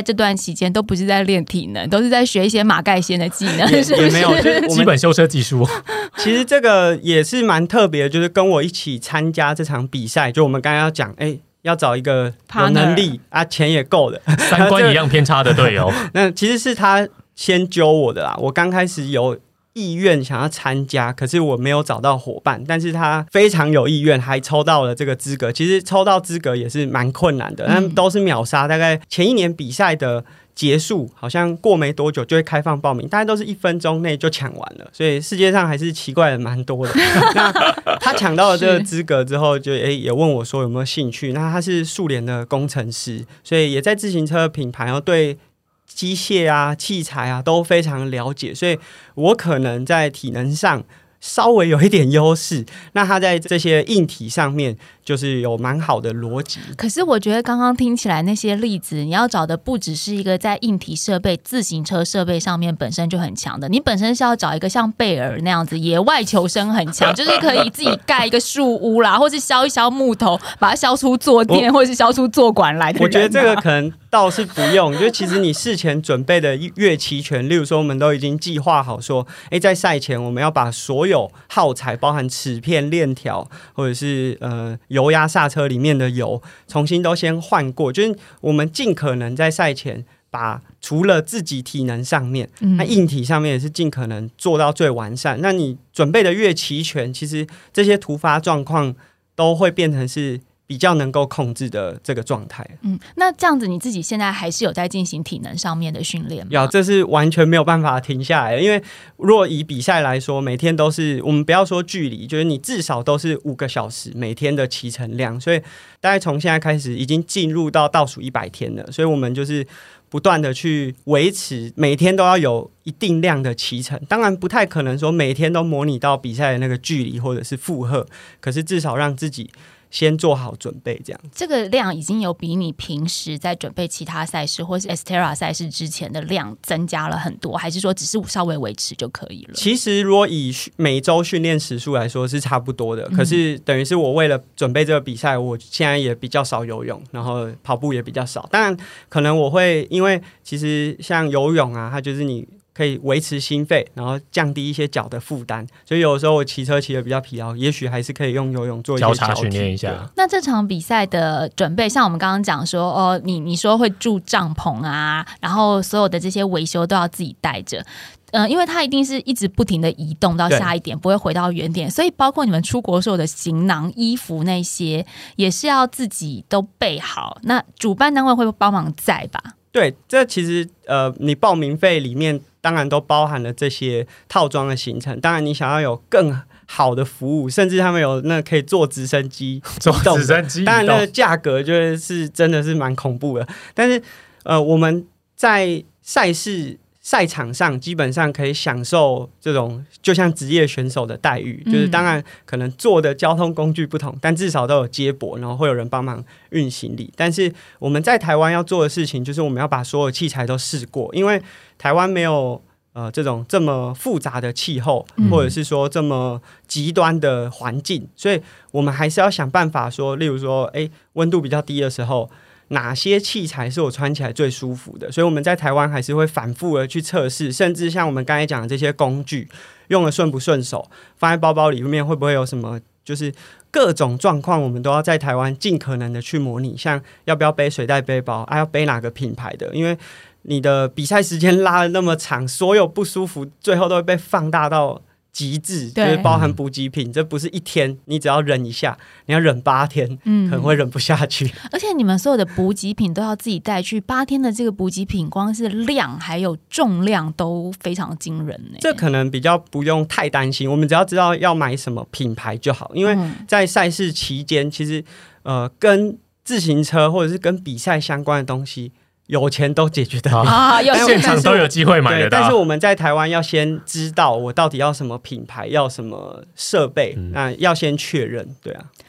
期间都不是在练体能，都是在学一些马盖先的技能， 也是不是？ 也没有，就是基本修车技术。 其实这个也是蛮特别的，就是跟我一起参加这场比赛，就我们刚刚要讲，哎、欸。要找一个有能力啊，钱也够的， 三观一样偏差的队友。 那其实是他先揪我的啦。我刚开始有意愿想要参加，可是我没有找到伙伴，但是他非常有意愿，还抽到了这个资格。其实抽到资格也是蛮困难的，但都是秒杀。大概前一年比赛的结束，好像过没多久就会开放报名，大概都是一分钟内就抢完了。所以世界上还是奇怪的蛮多的。那他抢到了这个资格之后就，就、欸、也问我说有没有兴趣。那他是数联的工程师，所以也在自行车品牌，然后对机械啊、器材啊都非常了解，所以我可能在体能上稍微有一点优势，那他在这些硬体上面就是有蛮好的逻辑。 可是我觉得刚刚听起来那些例子，你要找的不只是一个在硬体设备、自行车设备上面本身就很强的，你本身是要找一个像贝尔那样子野外求生很强，就是可以自己盖一个树屋啦，或是削一削木头，把它削出坐垫，或是削出坐管来的人、啊。 我觉得这个可能倒是不用，就其实你事前准备的越齐全，例如说我们都已经计划好说，哎，在赛前我们要把所有耗材，包含齿片、链条，或者是呃油压刹车里面的油，重新都先换过，就是我们尽可能在赛前把除了自己体能上面，那硬体上面也是尽可能做到最完善。那你准备的越齐全，其实这些突发状况都会变成是比较能够控制的这个状态。 嗯，那这样子你自己现在还是有在进行体能上面的训练吗？ 有，这是完全没有办法停下来的，因为若以比赛来说，每天都是我们不要说距离，就是你至少都是五个小时每天的骑乘量，所以大概从现在开始已经进入到倒数一百天了，所以我们就是不断的去维持，每天都要有一定量的骑乘。当然不太可能说每天都模拟到比赛的那个距离或者是负荷，可是至少让自己先做好准备，这样这个量已经有比你平时在准备其他赛事或是 Xterra 赛事之前的量增加了很多，还是说只是稍微维持就可以了？ 其实如果以每周训练时数来说是差不多的，可是等于是我为了准备这个比赛，我现在也比较少游泳，然后跑步也比较少。当然可能我会因为其实像游泳啊，它就是你可以维持心肺，然后降低一些脚的负担，所以有的时候我骑车骑得比较疲劳，也许还是可以用游泳做一些交叉训练一下。 那这场比赛的准备，像我们刚刚讲说，哦，你你说会住帐篷啊，然后所有的这些维修都要自己带着。呃，因为它一定是一直不停的移动到下一点，不会回到原点，所以包括你们出国时候的行囊、衣服那些，也是要自己都备好。那主办单位会帮忙载吧？ 对，这其实呃，你报名费里面当然都包含了这些套装的行程。当然，你想要有更好的服务，甚至他们有那可以坐直升机， 坐直升机， 当然那个价格就是真的是蛮恐怖的。但是呃，我们在赛事赛场上基本上可以享受这种就像职业选手的待遇，嗯、就是当然可能坐的交通工具不同，但至少都有接驳，然后会有人帮忙运行李。但是我们在台湾要做的事情，就是我们要把所有器材都试过，因为台湾没有呃这种这么复杂的气候，或者是说这么极端的环境，嗯、所以我们还是要想办法说，例如说，哎，温度比较低的时候，哪些器材是我穿起来最舒服的？所以我们在台湾还是会反复的去测试，甚至像我们刚才讲的这些工具用的顺不顺手，放在包包里面会不会有什么，就是各种状况我们都要在台湾尽可能的去模拟。像要不要背水袋背包啊，要背哪个品牌的，因为你的比赛时间拉得那么长，所有不舒服最后都会被放大到极致，就是包含补给品，这不是一天你只要忍一下，你要忍八天，嗯，可能会忍不下去。 而且你们所有的补给品都要自己带去，八天的这个补给品光是量还有重量都非常惊人耶。 这可能比较不用太担心，我们只要知道要买什么品牌就好，因为在赛事期间，其实呃跟自行车或者是跟比赛相关的东西，有钱都解决得了啊， 现场都有机会买得到。 但是我们在台湾要先知道我到底要什么品牌，要什么设备，嗯、那要先确认，对啊。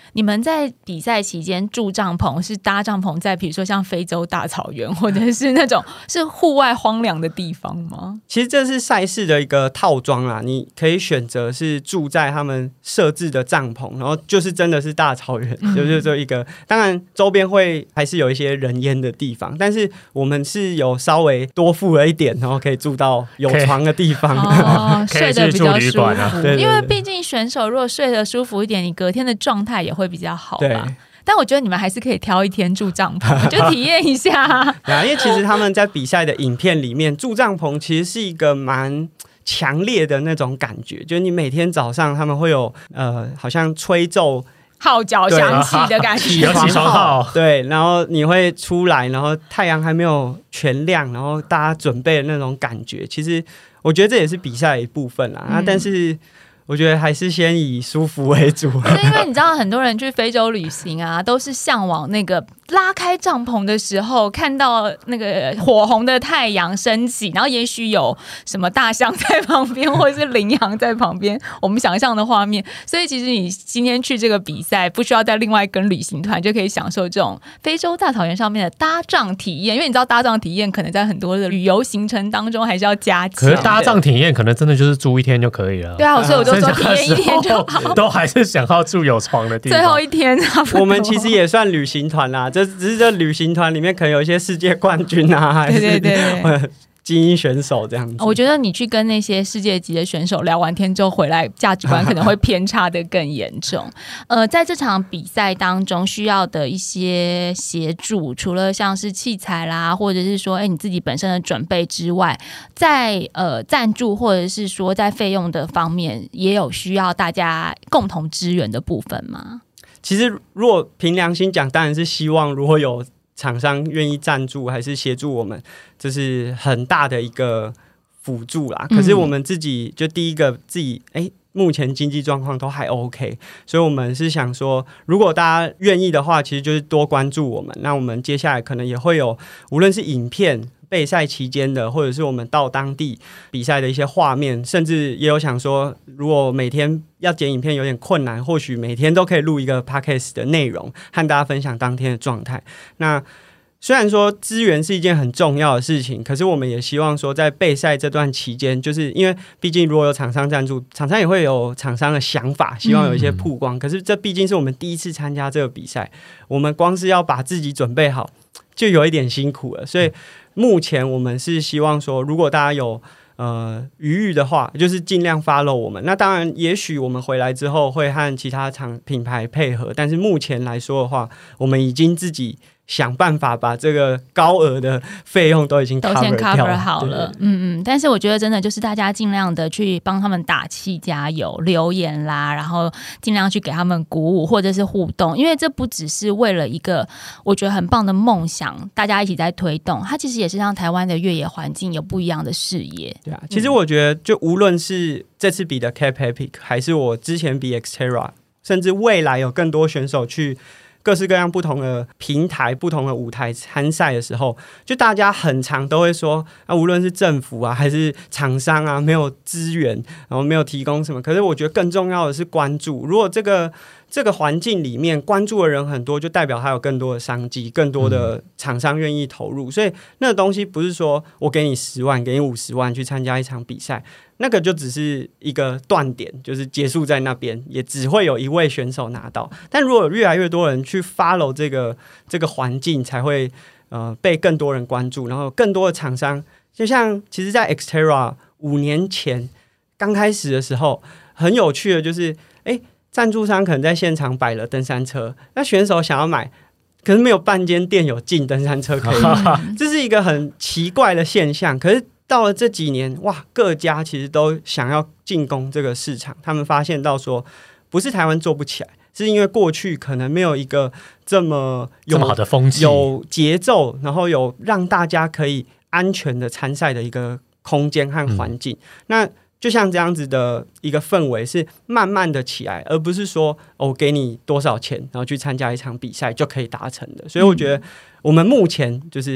你们在比赛期间住帐篷是搭帐篷在比如说像非洲大草原或者是那种是户外荒凉的地方吗？ 其实这是赛事的一个套装啦，你可以选择是住在他们设置的帐篷，然后就是真的是大草原，嗯、就是这一个。当然周边会还是有一些人烟的地方，但是我们是有稍微多付了一点，然后可以住到有床的地方， 哦、睡得比较舒服。 啊、 对对对， 因为毕竟选手如果睡得舒服一点，你隔天的状态也会比较好吧。 对， 但我觉得你们还是可以挑一天住帐篷，就体验一下。 对啊，因为其实他们在比赛的影片里面，住帐篷其实是一个蛮强烈的那种感觉，就是你每天早上他们会有呃，好像吹奏号角响起的感觉， 有起床号， 对，然后你会出来，然后太阳还没有全亮，然后大家准备的那种感觉，其实我觉得这也是比赛的一部分啦。嗯、啊，但是我觉得还是先以舒服为主。 是因为你知道，很多人去非洲旅行啊，都是向往那个拉开帐篷的时候，看到那个火红的太阳升起，然后也许有什么大象在旁边，或者是羚羊在旁边，我们想象的画面。所以其实你今天去这个比赛，不需要再另外跟旅行团，就可以享受这种非洲大草原上面的搭帐体验。因为你知道，搭帐体验可能在很多的旅游行程当中还是要加强。 可是搭帐体验可能真的就是住一天就可以了。 对啊，所以我就说体验一天就好， 都还是想要住有床的地方。 最后一天差不多， 我们其实也算旅行团啦，这只是这旅行团里面可能有一些世界冠军啊，还是对对对精英选手这样子。 我觉得你去跟那些世界级的选手聊完天之后回来，价值观可能会偏差的更严重。呃，在这场比赛当中需要的一些协助，除了像是器材啦，或者是说，哎，你自己本身的准备之外，在呃赞助或者是说在费用的方面，也有需要大家共同支援的部分吗？ 其实如果凭良心讲，当然是希望如果有厂商愿意赞助还是协助我们，这是很大的一个辅助啦。可是我们自己就第一个自己哎，目前经济状况都还 OK， 所以我们是想说，如果大家愿意的话，其实就是多关注我们。那我们接下来可能也会有，无论是影片备赛期间的，或者是我们到当地比赛的一些画面，甚至也有想说，如果每天要剪影片有点困难，或许每天都可以录一个 podcast 的内容，和大家分享当天的状态。那虽然说资源是一件很重要的事情，可是我们也希望说，在备赛这段期间，就是因为毕竟如果有厂商赞助，厂商也会有厂商的想法，希望有一些曝光。嗯、可是这毕竟是我们第一次参加这个比赛，我们光是要把自己准备好，就有一点辛苦了。所以目前我们是希望说，如果大家有呃余裕的话，就是尽量 follow 我们。那当然，也许我们回来之后会和其他厂品牌配合，但是目前来说的话，我们已经自己想办法把这个高额的费用都已经 cover 都先 cover 掉了好了，嗯嗯。但是我觉得真的就是大家尽量的去帮他们打气加油，留言啦，然后尽量去给他们鼓舞或者是互动，因为这不只是为了一个我觉得很棒的梦想，大家一起在推动，它其实也是让台湾的越野环境有不一样的视野。 对啊，其实我觉得就无论是这次比的 Cape Epic， 还是我之前比 Xterra， 甚至未来有更多选手去各式各样不同的平台、不同的舞台参赛的时候，就大家很常都会说啊，无论是政府啊还是厂商啊，没有资源，然后没有提供什么。可是我觉得更重要的是关注。如果这个这个环境里面关注的人很多，就代表还有更多的商机，更多的厂商愿意投入。所以那个东西不是说我给你十万、给你五十万去参加一场比赛。那个就只是一个断点，就是结束在那边，也只会有一位选手拿到。但如果有越来越多人去 follow 这个这个环境，才会呃被更多人关注，然后更多的厂商，就像其实，在 Xterra 五年前刚开始的时候，很有趣的就是，哎，赞助商可能在现场摆了登山车，那选手想要买，可是没有半间店有进登山车可以买，这是一个很奇怪的现象。可是到了这几年，哇，各家其实都想要进攻这个市场。他们发现到说，不是台湾做不起来，是因为过去可能没有一个这么有这么好的风气、 有节奏，然后有让大家可以安全的参赛的一个空间和环境。嗯、那就像这样子的一个氛围是慢慢的起来，而不是说我、哦、给你多少钱，然后去参加一场比赛就可以达成的。所以我觉得我们目前就是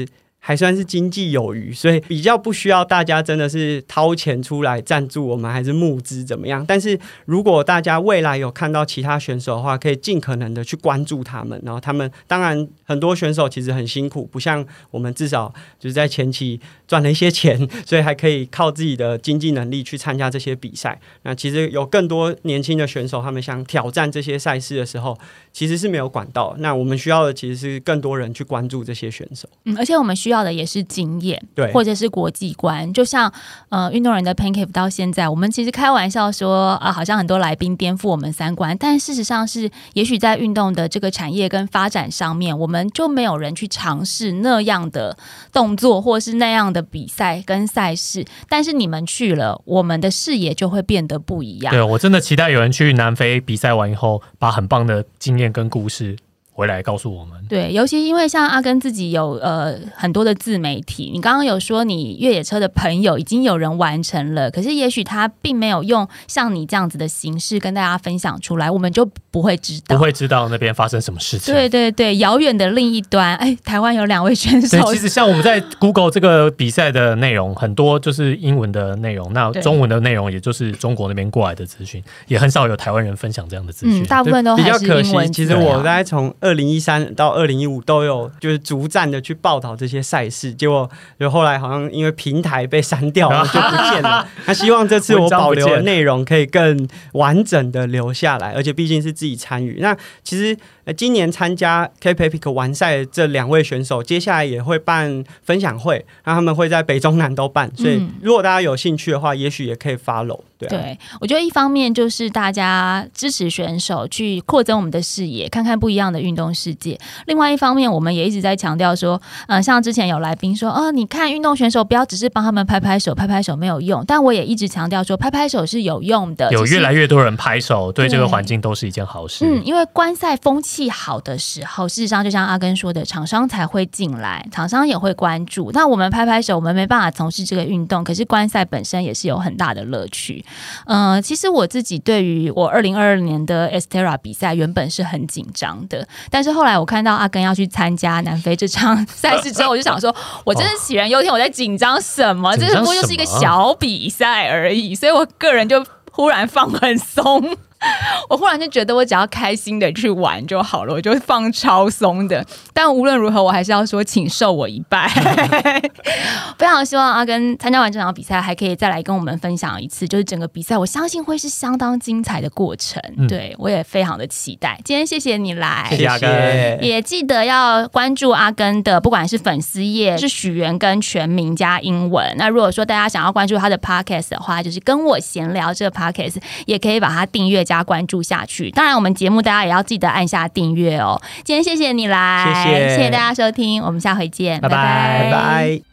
还算是经济有余，所以比较不需要大家真的是掏钱出来赞助我们，还是募资怎么样。但是如果大家未来有看到其他选手的话，可以尽可能的去关注他们，然后他们当然很多选手其实很辛苦，不像我们至少就是在前期赚了一些钱，所以还可以靠自己的经济能力去参加这些比赛。那其实有更多年轻的选手，他们想挑战这些赛事的时候，其实是没有管道。那我们需要的其实是更多人去关注这些选手， 嗯，而且我们需要要的也是经验， 对， 或者是国际观。就像呃，运动人的 Pancake 到现在，我们其实开玩笑说啊，好像很多来宾颠覆我们三观，但事实上是，也许在运动的这个产业跟发展上面，我们就没有人去尝试那样的动作，或是那样的比赛跟赛事。但是你们去了，我们的视野就会变得不一样。 对，我真的期待有人去南非比赛完以后，把很棒的经验跟故事回来告诉我们。 对，尤其因为像阿根自己有呃很多的自媒体，你刚刚有说你越野车的朋友已经有人完成了，可是也许他并没有用像你这样子的形式跟大家分享出来，我们就不会知道， 不会知道那边发生什么事情。 对对对，遥远的另一端，哎，台湾有两位选手。 对，其实像我们在 Google 这个比赛的内容，很多就是英文的内容，那中文的内容也就是中国那边过来的资讯，也很少有台湾人分享这样的资讯。 嗯，大部分都还是英文。 比较可惜，其实我大概从二零一三到二零一五都有就是逐站的去报道这些赛事，结果就后来好像因为平台被删掉了就不见了。那希望这次我保留的内容可以更完整的留下来，而且毕竟是自己参与。那其实今年参加 Cape Epic 完赛的这两位选手，接下来也会办分享会，那他们会在北中南都办，所以如果大家有兴趣的话，也许也可以 follow。对啊， 对，我觉得一方面就是大家支持选手去扩增我们的视野，看看不一样的运动世界。另外一方面，我们也一直在强调说，嗯、呃，像之前有来宾说，哦，你看运动选手不要只是帮他们拍拍手，拍拍手没有用。但我也一直强调说，拍拍手是有用的， 有越来越多人拍手，对这个环境都是一件好事。 嗯，因为观赛风气好的时候，事实上就像阿根说的，厂商才会进来，厂商也会关注。那我们拍拍手，我们没办法从事这个运动，可是观赛本身也是有很大的乐趣。嗯、呃，其实我自己对于我二零二二年的 Estera 比赛原本是很紧张的，但是后来我看到阿根要去参加南非这场赛事之后，我就想说，我真是杞人忧天，我在紧张什么？这不过就是一个小比赛而已，所以我个人就忽然放很松。我忽然就觉得我只要开心的去玩就好了，我就放超松的。但无论如何，我还是要说，请受我一拜。非常希望阿根参加完这场比赛，还可以再来跟我们分享一次，就是整个比赛，我相信会是相当精彩的过程。嗯、对我也非常的期待。今天谢谢你来， 谢谢阿根， 也记得要关注阿根的，不管是粉丝页，是许元跟全名加英文。那如果说大家想要关注他的 podcast 的话，就是跟我闲聊这个 podcast， 也可以把它订阅加关注下去。当然我们节目大家也要记得按下订阅哦。今天谢谢你来， 谢谢， 谢谢大家收听，我们下回见， 拜拜拜拜。